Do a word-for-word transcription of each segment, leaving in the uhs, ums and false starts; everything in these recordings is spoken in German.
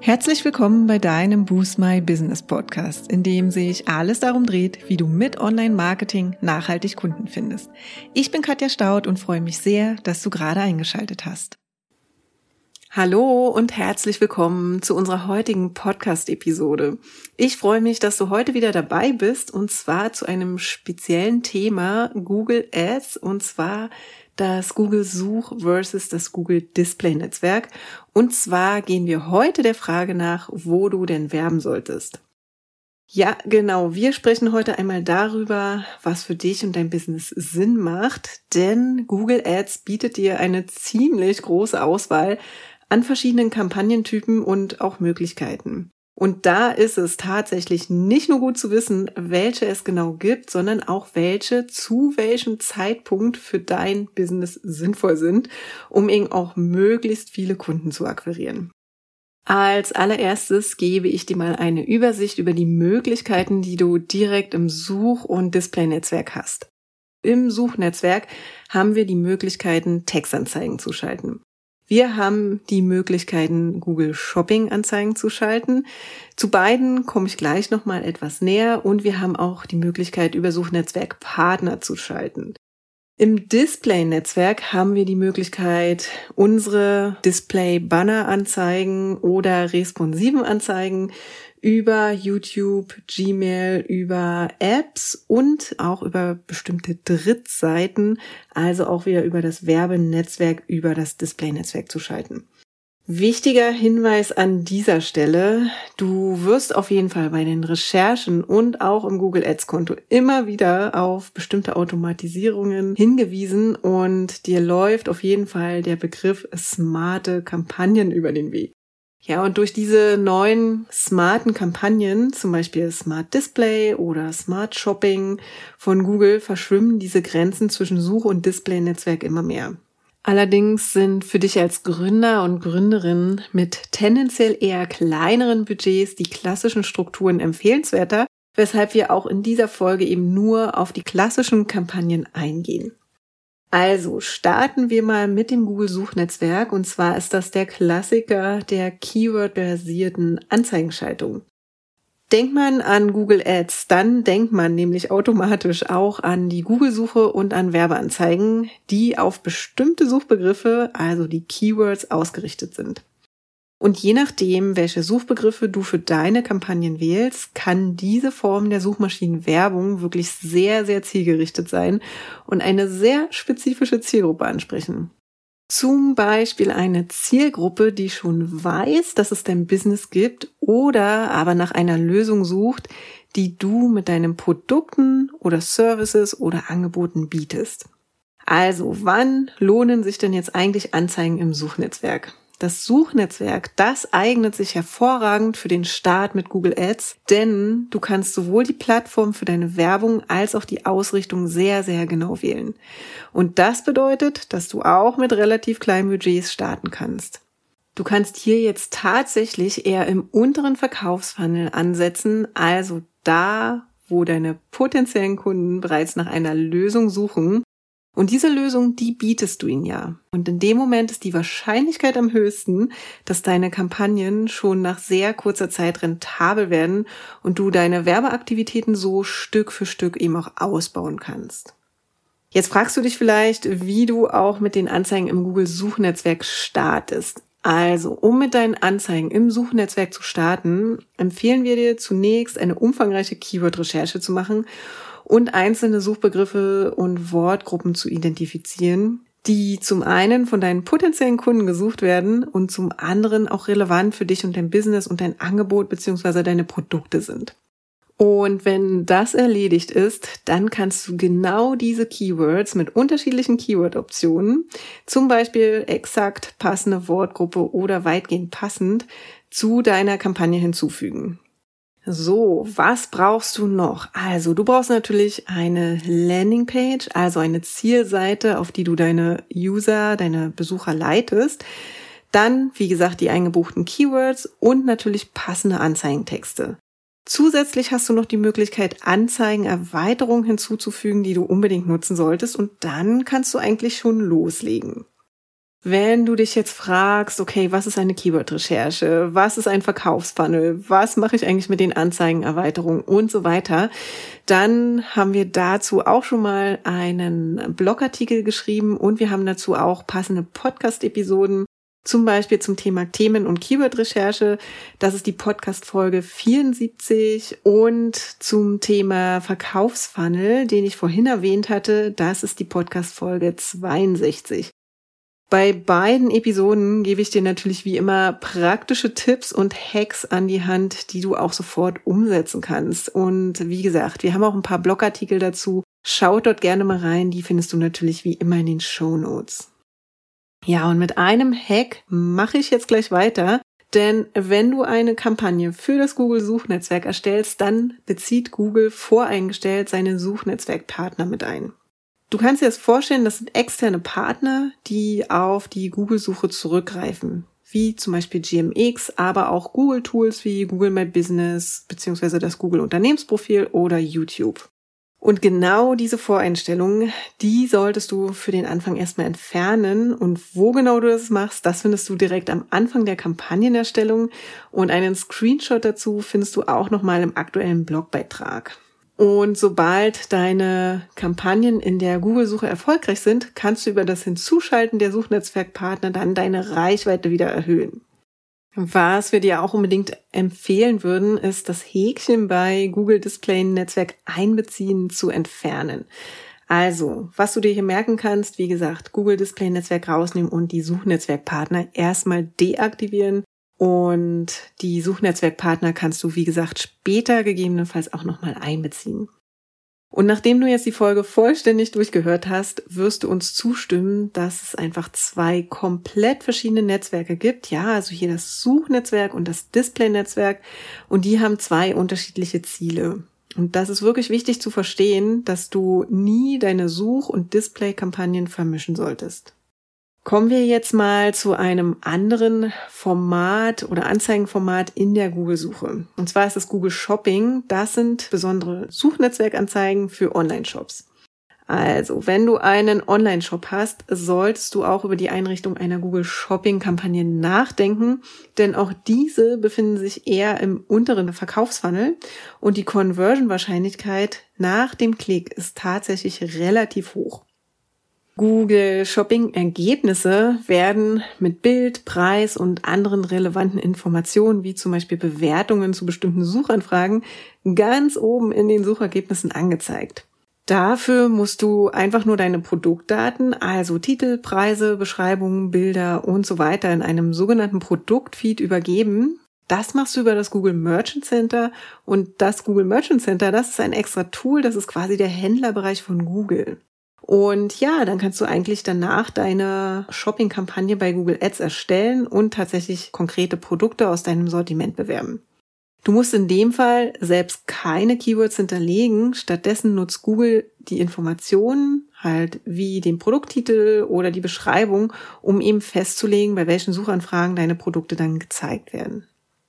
Herzlich willkommen bei deinem Boost My Business Podcast, in dem sich alles darum dreht, wie du mit Online-Marketing nachhaltig Kunden findest. Ich bin Katja Staud und freue mich sehr, dass du gerade eingeschaltet hast. Hallo und herzlich willkommen zu unserer heutigen Podcast-Episode. Ich freue mich, dass du heute wieder dabei bist und zwar zu einem speziellen Thema Google Ads und zwar das Google Such versus das Google Display Netzwerk. Und zwar gehen wir heute der Frage nach, wo du denn werben solltest. Ja, genau. Wir sprechen heute einmal darüber, was für dich und dein Business Sinn macht, denn Google Ads bietet dir eine ziemlich große Auswahl an verschiedenen Kampagnentypen und auch Möglichkeiten. Und da ist es tatsächlich nicht nur gut zu wissen, welche es genau gibt, sondern auch welche zu welchem Zeitpunkt für dein Business sinnvoll sind, um eben auch möglichst viele Kunden zu akquirieren. Als allererstes gebe ich dir mal eine Übersicht über die Möglichkeiten, die du direkt im Such- und Display-Netzwerk hast. Im Suchnetzwerk haben wir die Möglichkeiten, Textanzeigen zu schalten. Wir haben die Möglichkeiten, Google Shopping Anzeigen zu schalten. Zu beiden komme ich gleich nochmal etwas näher und wir haben auch die Möglichkeit, über Suchnetzwerk Partner zu schalten. Im Display-Netzwerk haben wir die Möglichkeit, unsere Display-Banner-Anzeigen oder responsiven Anzeigen über YouTube, Gmail, über Apps und auch über bestimmte Drittseiten, also auch wieder über das Werbenetzwerk, über das Display-Netzwerk zu schalten. Wichtiger Hinweis an dieser Stelle, du wirst auf jeden Fall bei den Recherchen und auch im Google Ads Konto immer wieder auf bestimmte Automatisierungen hingewiesen und dir läuft auf jeden Fall der Begriff smarte Kampagnen über den Weg. Ja, und durch diese neuen smarten Kampagnen, zum Beispiel Smart Display oder Smart Shopping von Google, verschwimmen diese Grenzen zwischen Such- und Display-Netzwerk immer mehr. Allerdings sind für dich als Gründer und Gründerin mit tendenziell eher kleineren Budgets die klassischen Strukturen empfehlenswerter, weshalb wir auch in dieser Folge eben nur auf die klassischen Kampagnen eingehen. Also starten wir mal mit dem Google-Suchnetzwerk und zwar ist das der Klassiker der Keyword-basierten Anzeigenschaltung. Denkt man an Google Ads, dann denkt man nämlich automatisch auch an die Google-Suche und an Werbeanzeigen, die auf bestimmte Suchbegriffe, also die Keywords, ausgerichtet sind. Und je nachdem, welche Suchbegriffe du für deine Kampagnen wählst, kann diese Form der Suchmaschinenwerbung wirklich sehr, sehr zielgerichtet sein und eine sehr spezifische Zielgruppe ansprechen. Zum Beispiel eine Zielgruppe, die schon weiß, dass es dein Business gibt oder aber nach einer Lösung sucht, die du mit deinen Produkten oder Services oder Angeboten bietest. Also, wann lohnen sich denn jetzt eigentlich Anzeigen im Suchnetzwerk? Das Suchnetzwerk, das eignet sich hervorragend für den Start mit Google Ads, denn du kannst sowohl die Plattform für deine Werbung als auch die Ausrichtung sehr, sehr genau wählen. Und das bedeutet, dass du auch mit relativ kleinen Budgets starten kannst. Du kannst hier jetzt tatsächlich eher im unteren Verkaufsfunnel ansetzen, also da, wo deine potenziellen Kunden bereits nach einer Lösung suchen. Und diese Lösung, die bietest du ihnen ja. Und in dem Moment ist die Wahrscheinlichkeit am höchsten, dass deine Kampagnen schon nach sehr kurzer Zeit rentabel werden und du deine Werbeaktivitäten so Stück für Stück eben auch ausbauen kannst. Jetzt fragst du dich vielleicht, wie du auch mit den Anzeigen im Google-Suchnetzwerk startest. Also, um mit deinen Anzeigen im Suchnetzwerk zu starten, empfehlen wir dir zunächst eine umfangreiche Keyword-Recherche zu machen und einzelne Suchbegriffe und Wortgruppen zu identifizieren, die zum einen von deinen potenziellen Kunden gesucht werden und zum anderen auch relevant für dich und dein Business und dein Angebot bzw. deine Produkte sind. Und wenn das erledigt ist, dann kannst du genau diese Keywords mit unterschiedlichen Keyword-Optionen, zum Beispiel exakt passende Wortgruppe oder weitgehend passend, zu deiner Kampagne hinzufügen. So, was brauchst du noch? Also, du brauchst natürlich eine Landingpage, also eine Zielseite, auf die du deine User, deine Besucher leitest. Dann, wie gesagt, die eingebuchten Keywords und natürlich passende Anzeigentexte. Zusätzlich hast du noch die Möglichkeit, Anzeigenerweiterungen hinzuzufügen, die du unbedingt nutzen solltest und dann kannst du eigentlich schon loslegen. Wenn du dich jetzt fragst, okay, was ist eine Keyword-Recherche? Was ist ein Verkaufsfunnel? Was mache ich eigentlich mit den Anzeigenerweiterungen und so weiter? Dann haben wir dazu auch schon mal einen Blogartikel geschrieben und wir haben dazu auch passende Podcast-Episoden, zum Beispiel zum Thema Themen- und Keyword-Recherche. Das ist die Podcast-Folge vierundsiebzig und zum Thema Verkaufsfunnel, den ich vorhin erwähnt hatte, das ist die Podcast-Folge zweiundsechzig. Bei beiden Episoden gebe ich dir natürlich wie immer praktische Tipps und Hacks an die Hand, die du auch sofort umsetzen kannst. Und wie gesagt, wir haben auch ein paar Blogartikel dazu. Schaut dort gerne mal rein, die findest du natürlich wie immer in den Shownotes. Ja, und mit einem Hack mache ich jetzt gleich weiter, denn wenn du eine Kampagne für das Google-Suchnetzwerk erstellst, dann bezieht Google voreingestellt seine Suchnetzwerkpartner mit ein. Du kannst dir das vorstellen, das sind externe Partner, die auf die Google-Suche zurückgreifen, wie zum Beispiel G M X, aber auch Google-Tools wie Google My Business bzw. das Google-Unternehmensprofil oder YouTube. Und genau diese Voreinstellungen, die solltest du für den Anfang erstmal entfernen. Und wo genau du das machst, das findest du direkt am Anfang der Kampagnenerstellung. Und einen Screenshot dazu findest du auch nochmal im aktuellen Blogbeitrag. Und sobald deine Kampagnen in der Google-Suche erfolgreich sind, kannst du über das Hinzuschalten der Suchnetzwerkpartner dann deine Reichweite wieder erhöhen. Was wir dir auch unbedingt empfehlen würden, ist das Häkchen bei Google Display Netzwerk einbeziehen zu entfernen. Also, was du dir hier merken kannst, wie gesagt, Google Display Netzwerk rausnehmen und die Suchnetzwerkpartner erstmal deaktivieren. Und die Suchnetzwerkpartner kannst du, wie gesagt, später gegebenenfalls auch nochmal einbeziehen. Und nachdem du jetzt die Folge vollständig durchgehört hast, wirst du uns zustimmen, dass es einfach zwei komplett verschiedene Netzwerke gibt. Ja, also hier das Suchnetzwerk und das Display-Netzwerk. Und die haben zwei unterschiedliche Ziele. Und das ist wirklich wichtig zu verstehen, dass du nie deine Such- und Display-Kampagnen vermischen solltest. Kommen wir jetzt mal zu einem anderen Format oder Anzeigenformat in der Google-Suche. Und zwar ist das Google Shopping. Das sind besondere Suchnetzwerkanzeigen für Online-Shops. Also, wenn du einen Online-Shop hast, solltest du auch über die Einrichtung einer Google Shopping-Kampagne nachdenken, denn auch diese befinden sich eher im unteren Verkaufsfunnel und die Conversion-Wahrscheinlichkeit nach dem Klick ist tatsächlich relativ hoch. Google Shopping Ergebnisse werden mit Bild, Preis und anderen relevanten Informationen, wie zum Beispiel Bewertungen zu bestimmten Suchanfragen, ganz oben in den Suchergebnissen angezeigt. Dafür musst du einfach nur deine Produktdaten, also Titel, Preise, Beschreibungen, Bilder und so weiter in einem sogenannten Produktfeed übergeben. Das machst du über das Google Merchant Center und das Google Merchant Center, das ist ein extra Tool, das ist quasi der Händlerbereich von Google. Und ja, dann kannst du eigentlich danach deine Shopping-Kampagne bei Google Ads erstellen und tatsächlich konkrete Produkte aus deinem Sortiment bewerben. Du musst in dem Fall selbst keine Keywords hinterlegen. Stattdessen nutzt Google die Informationen, halt wie den Produkttitel oder die Beschreibung, um eben festzulegen, bei welchen Suchanfragen deine Produkte dann gezeigt werden.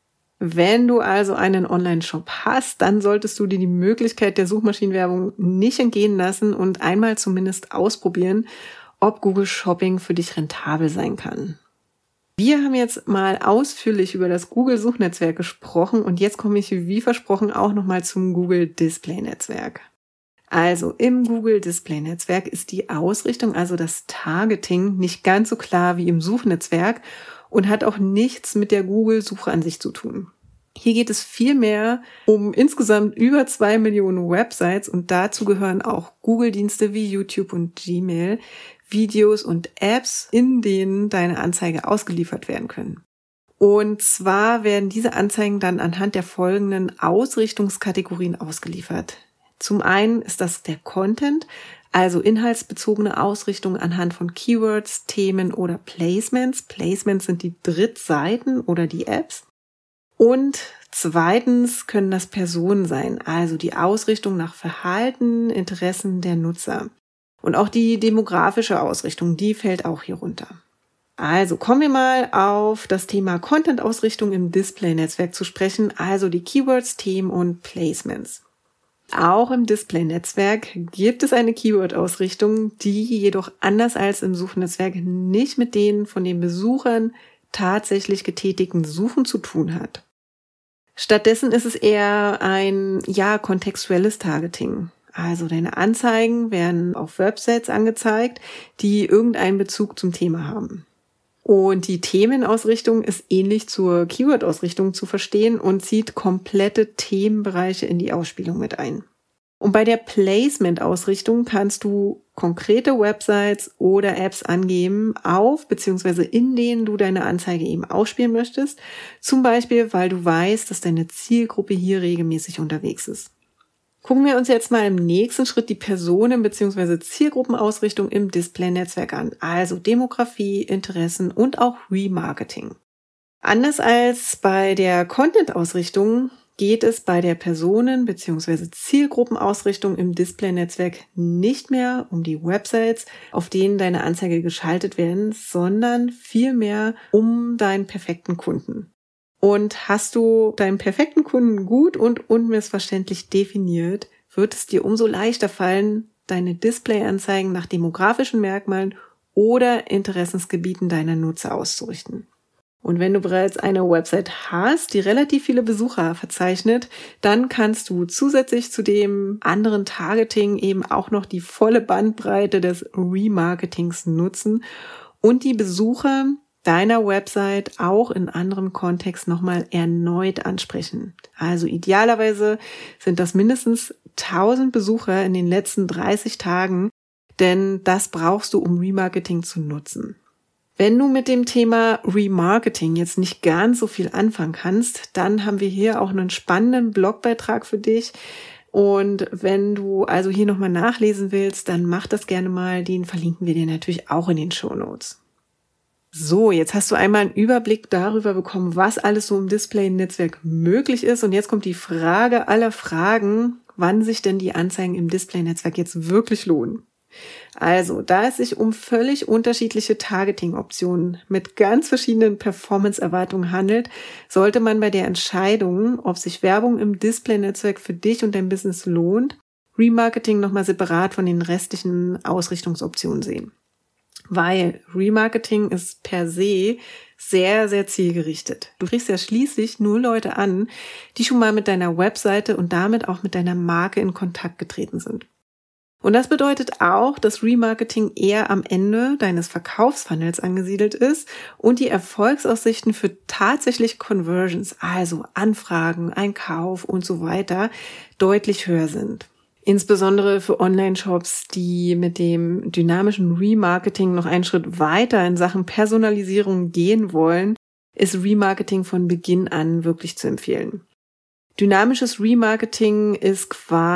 Wenn du also einen Online-Shop hast, dann solltest du dir die Möglichkeit der Suchmaschinenwerbung nicht entgehen lassen und einmal zumindest ausprobieren, ob Google Shopping für dich rentabel sein kann. Wir haben jetzt mal ausführlich über das Google-Suchnetzwerk gesprochen und jetzt komme ich wie versprochen auch nochmal zum Google-Display-Netzwerk. Also im Google-Display-Netzwerk ist die Ausrichtung, also das Targeting, nicht ganz so klar wie im Suchnetzwerk und hat auch nichts mit der Google-Suche an sich zu tun. Hier geht es vielmehr um insgesamt über zwei Millionen Websites und dazu gehören auch Google-Dienste wie YouTube und Gmail, Videos und Apps, in denen deine Anzeige ausgeliefert werden können. Und zwar werden diese Anzeigen dann anhand der folgenden Ausrichtungskategorien ausgeliefert. Zum einen ist das der Content, also inhaltsbezogene Ausrichtung anhand von Keywords, Themen oder Placements. Placements sind die Drittseiten oder die Apps. Und zweitens können das Personen sein, also die Ausrichtung nach Verhalten, Interessen der Nutzer. Und auch die demografische Ausrichtung, die fällt auch hier runter. Also kommen wir mal auf das Thema Content-Ausrichtung im Display-Netzwerk zu sprechen, also die Keywords, Themen und Placements. Auch im Display-Netzwerk gibt es eine Keyword-Ausrichtung, die jedoch anders als im Suchnetzwerk nicht mit den von den Besuchern tatsächlich getätigten Suchen zu tun hat. Stattdessen ist es eher ein, ja, kontextuelles Targeting. Also deine Anzeigen werden auf Websites angezeigt, die irgendeinen Bezug zum Thema haben. Und die Themenausrichtung ist ähnlich zur Keyword-Ausrichtung zu verstehen und zieht komplette Themenbereiche in die Ausspielung mit ein. Und bei der Placement-Ausrichtung kannst du konkrete Websites oder Apps angeben, auf bzw. in denen du deine Anzeige eben ausspielen möchtest. Zum Beispiel, weil du weißt, dass deine Zielgruppe hier regelmäßig unterwegs ist. Gucken wir uns jetzt mal im nächsten Schritt die Personen- bzw. Zielgruppenausrichtung im Display-Netzwerk an, also Demografie, Interessen und auch Remarketing. Anders als bei der Content-Ausrichtung geht es bei der Personen- bzw. Zielgruppenausrichtung im Display-Netzwerk nicht mehr um die Websites, auf denen deine Anzeige geschaltet werden, sondern vielmehr um deinen perfekten Kunden. Und hast du deinen perfekten Kunden gut und unmissverständlich definiert, wird es dir umso leichter fallen, deine Displayanzeigen nach demografischen Merkmalen oder Interessensgebieten deiner Nutzer auszurichten. Und wenn du bereits eine Website hast, die relativ viele Besucher verzeichnet, dann kannst du zusätzlich zu dem anderen Targeting eben auch noch die volle Bandbreite des Remarketings nutzen und die Besucher deiner Website auch in anderem Kontext nochmal erneut ansprechen. Also idealerweise sind das mindestens tausend Besucher in den letzten dreißig Tagen, denn das brauchst du, um Remarketing zu nutzen. Wenn du mit dem Thema Remarketing jetzt nicht ganz so viel anfangen kannst, dann haben wir hier auch einen spannenden Blogbeitrag für dich. Und wenn du also hier nochmal nachlesen willst, dann mach das gerne mal. Den verlinken wir dir natürlich auch in den Shownotes. So, jetzt hast du einmal einen Überblick darüber bekommen, was alles so im Display-Netzwerk möglich ist. Und jetzt kommt die Frage aller Fragen, wann sich denn die Anzeigen im Display-Netzwerk jetzt wirklich lohnen. Also, da es sich um völlig unterschiedliche Targeting-Optionen mit ganz verschiedenen Performance-Erwartungen handelt, sollte man bei der Entscheidung, ob sich Werbung im Display-Netzwerk für dich und dein Business lohnt, Remarketing nochmal separat von den restlichen Ausrichtungsoptionen sehen. Weil Remarketing ist per se sehr, sehr zielgerichtet. Du kriegst ja schließlich nur Leute an, die schon mal mit deiner Webseite und damit auch mit deiner Marke in Kontakt getreten sind. Und das bedeutet auch, dass Remarketing eher am Ende deines Verkaufsfunnels angesiedelt ist und die Erfolgsaussichten für tatsächliche Conversions, also Anfragen, Einkauf und so weiter, deutlich höher sind. Insbesondere für Online-Shops, die mit dem dynamischen Remarketing noch einen Schritt weiter in Sachen Personalisierung gehen wollen, ist Remarketing von Beginn an wirklich zu empfehlen. Dynamisches Remarketing ist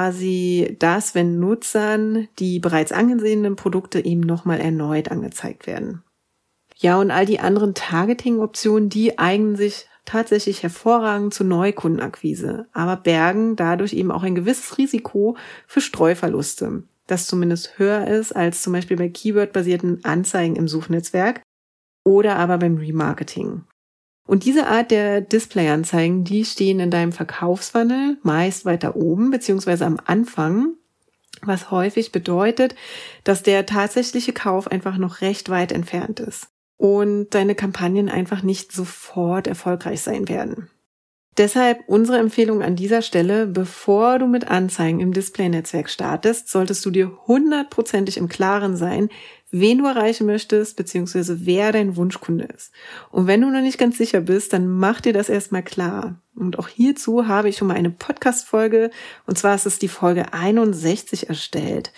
quasi das, wenn Nutzern die bereits angesehenen Produkte eben nochmal erneut angezeigt werden. Ja, und all die anderen Targeting-Optionen, die eignen sich tatsächlich hervorragend zur Neukundenakquise, aber bergen dadurch eben auch ein gewisses Risiko für Streuverluste, das zumindest höher ist als zum Beispiel bei Keyword-basierten Anzeigen im Suchnetzwerk oder aber beim Remarketing. Und diese Art der Displayanzeigen, die stehen in deinem Verkaufsfunnel meist weiter oben beziehungsweise am Anfang, was häufig bedeutet, dass der tatsächliche Kauf einfach noch recht weit entfernt ist und deine Kampagnen einfach nicht sofort erfolgreich sein werden. Deshalb unsere Empfehlung an dieser Stelle: Bevor du mit Anzeigen im Display-Netzwerk startest, solltest du dir hundertprozentig im Klaren sein, wen du erreichen möchtest, beziehungsweise wer dein Wunschkunde ist. Und wenn du noch nicht ganz sicher bist, dann mach dir das erstmal klar. Und auch hierzu habe ich schon mal eine Podcast-Folge, und zwar ist es die Folge einundsechzig erstellt.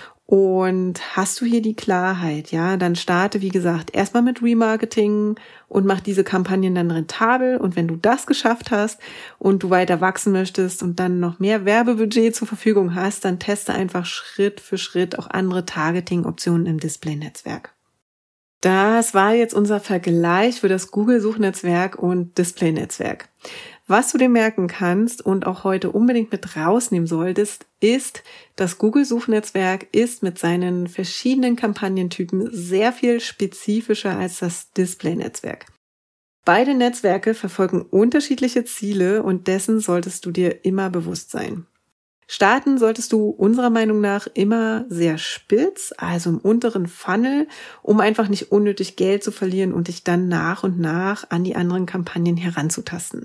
Und hast du hier die Klarheit, ja, dann starte, wie gesagt, erstmal mit Remarketing und mach diese Kampagnen dann rentabel. Und wenn du das geschafft hast und du weiter wachsen möchtest und dann noch mehr Werbebudget zur Verfügung hast, dann teste einfach Schritt für Schritt auch andere Targeting-Optionen im Display-Netzwerk. Das war jetzt unser Vergleich für das Google-Suchnetzwerk und Display-Netzwerk. Was du dir merken kannst und auch heute unbedingt mit rausnehmen solltest, ist, das Google-Suchnetzwerk ist mit seinen verschiedenen Kampagnentypen sehr viel spezifischer als das Display-Netzwerk. Beide Netzwerke verfolgen unterschiedliche Ziele und dessen solltest du dir immer bewusst sein. Starten solltest du unserer Meinung nach immer sehr spitz, also im unteren Funnel, um einfach nicht unnötig Geld zu verlieren und dich dann nach und nach an die anderen Kampagnen heranzutasten.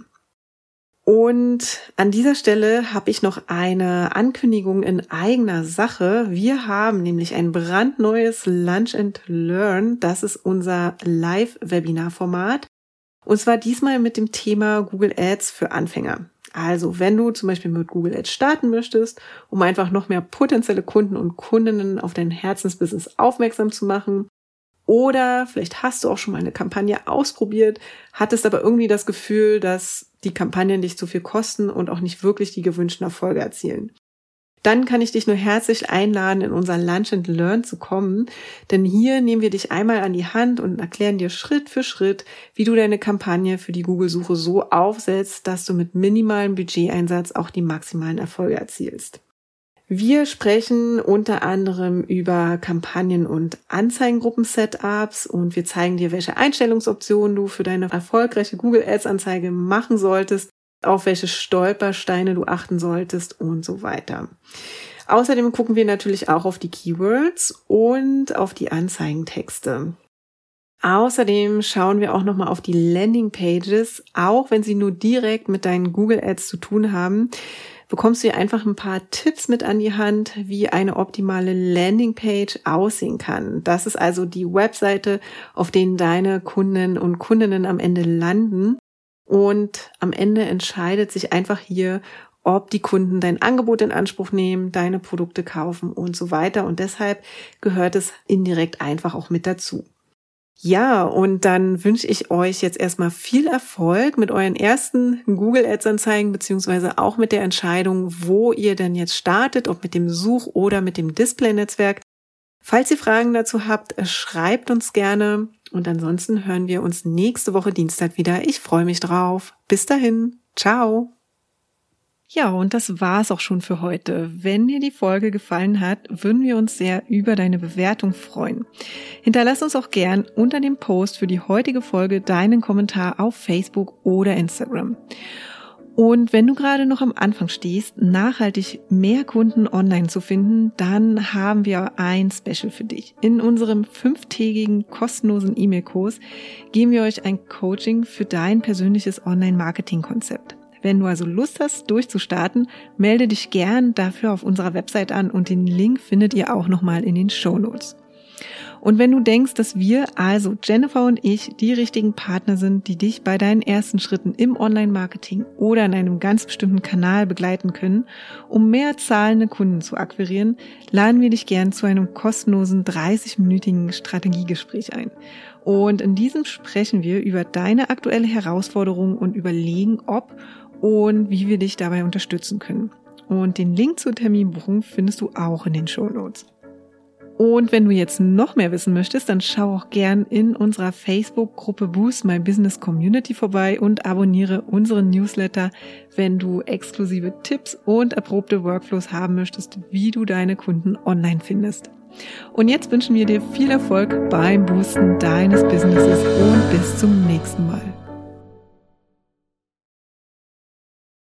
Und an dieser Stelle habe ich noch eine Ankündigung in eigener Sache. Wir haben nämlich ein brandneues Lunch and Learn. Das ist unser Live-Webinar-Format. Und zwar diesmal mit dem Thema Google Ads für Anfänger. Also wenn du zum Beispiel mit Google Ads starten möchtest, um einfach noch mehr potenzielle Kunden und Kundinnen auf dein Herzensbusiness aufmerksam zu machen, oder vielleicht hast du auch schon mal eine Kampagne ausprobiert, hattest aber irgendwie das Gefühl, dass die Kampagnen dich zu viel kosten und auch nicht wirklich die gewünschten Erfolge erzielen. Dann kann ich dich nur herzlich einladen, in unser Lunch and Learn zu kommen, denn hier nehmen wir dich einmal an die Hand und erklären dir Schritt für Schritt, wie du deine Kampagne für die Google-Suche so aufsetzt, dass du mit minimalem Budgeteinsatz auch die maximalen Erfolge erzielst. Wir sprechen unter anderem über Kampagnen- und Anzeigengruppen-Setups und wir zeigen dir, welche Einstellungsoptionen du für deine erfolgreiche Google Ads-Anzeige machen solltest, auf welche Stolpersteine du achten solltest und so weiter. Außerdem gucken wir natürlich auch auf die Keywords und auf die Anzeigentexte. Außerdem schauen wir auch nochmal auf die Landingpages, auch wenn sie nur direkt mit deinen Google Ads zu tun haben, bekommst du hier einfach ein paar Tipps mit an die Hand, wie eine optimale Landingpage aussehen kann. Das ist also die Webseite, auf denen deine Kunden und Kundinnen am Ende landen. Und am Ende entscheidet sich einfach hier, ob die Kunden dein Angebot in Anspruch nehmen, deine Produkte kaufen und so weiter. Und deshalb gehört es indirekt einfach auch mit dazu. Ja, und dann wünsche ich euch jetzt erstmal viel Erfolg mit euren ersten Google Ads Anzeigen, beziehungsweise auch mit der Entscheidung, wo ihr denn jetzt startet, ob mit dem Such- oder mit dem Display-Netzwerk. Falls ihr Fragen dazu habt, schreibt uns gerne und ansonsten hören wir uns nächste Woche Dienstag wieder. Ich freue mich drauf. Bis dahin. Ciao. Ja, und das war's auch schon für heute. Wenn dir die Folge gefallen hat, würden wir uns sehr über deine Bewertung freuen. Hinterlass uns auch gern unter dem Post für die heutige Folge deinen Kommentar auf Facebook oder Instagram. Und wenn du gerade noch am Anfang stehst, nachhaltig mehr Kunden online zu finden, dann haben wir ein Special für dich. In unserem fünftägigen kostenlosen E-Mail-Kurs geben wir euch ein Coaching für dein persönliches Online-Marketing-Konzept. Wenn du also Lust hast, durchzustarten, melde dich gern dafür auf unserer Website an und den Link findet ihr auch nochmal in den Shownotes. Und wenn du denkst, dass wir, also Jennifer und ich, die richtigen Partner sind, die dich bei deinen ersten Schritten im Online-Marketing oder in einem ganz bestimmten Kanal begleiten können, um mehr zahlende Kunden zu akquirieren, laden wir dich gern zu einem kostenlosen dreißig-minütigen Strategiegespräch ein. Und in diesem sprechen wir über deine aktuelle Herausforderung und überlegen, ob und wie wir dich dabei unterstützen können. Und den Link zur Terminbuchung findest du auch in den Shownotes. Und wenn du jetzt noch mehr wissen möchtest, dann schau auch gern in unserer Facebook-Gruppe Boost My Business Community vorbei und abonniere unseren Newsletter, wenn du exklusive Tipps und erprobte Workflows haben möchtest, wie du deine Kunden online findest. Und jetzt wünschen wir dir viel Erfolg beim Boosten deines Businesses und bis zum nächsten Mal.